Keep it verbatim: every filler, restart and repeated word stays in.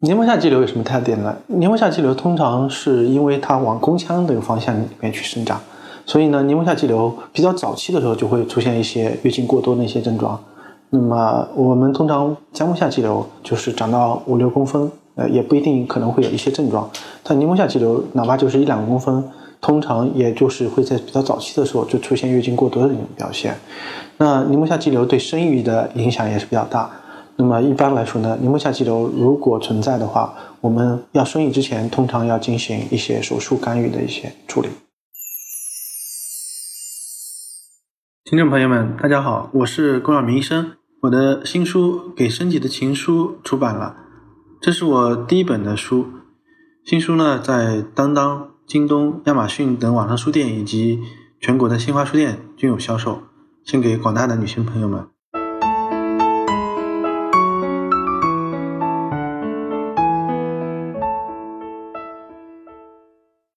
黏膜下肌瘤有什么特点呢？黏膜下肌瘤通常是因为它往宫腔这个方向里面去生长，所以呢，黏膜下肌瘤比较早期的时候就会出现一些月经过多的一些症状。那么我们通常浆膜下肌瘤就是长到五六公分，呃，也不一定可能会有一些症状。但黏膜下肌瘤哪怕就是一两公分，通常也就是会在比较早期的时候就出现月经过多的这种表现。那黏膜下肌瘤对生育的影响也是比较大。那么一般来说呢，黏膜下肌瘤如果存在的话，我们要生育之前通常要进行一些手术干预的一些处理。听众朋友们，大家好，我是龚耀明医生。我的新书《给身体的情书》出版了，这是我第一本的书。新书呢，在当当、京东、亚马逊等网上书店以及全国的新华书店均有销售，献给广大的女性朋友们。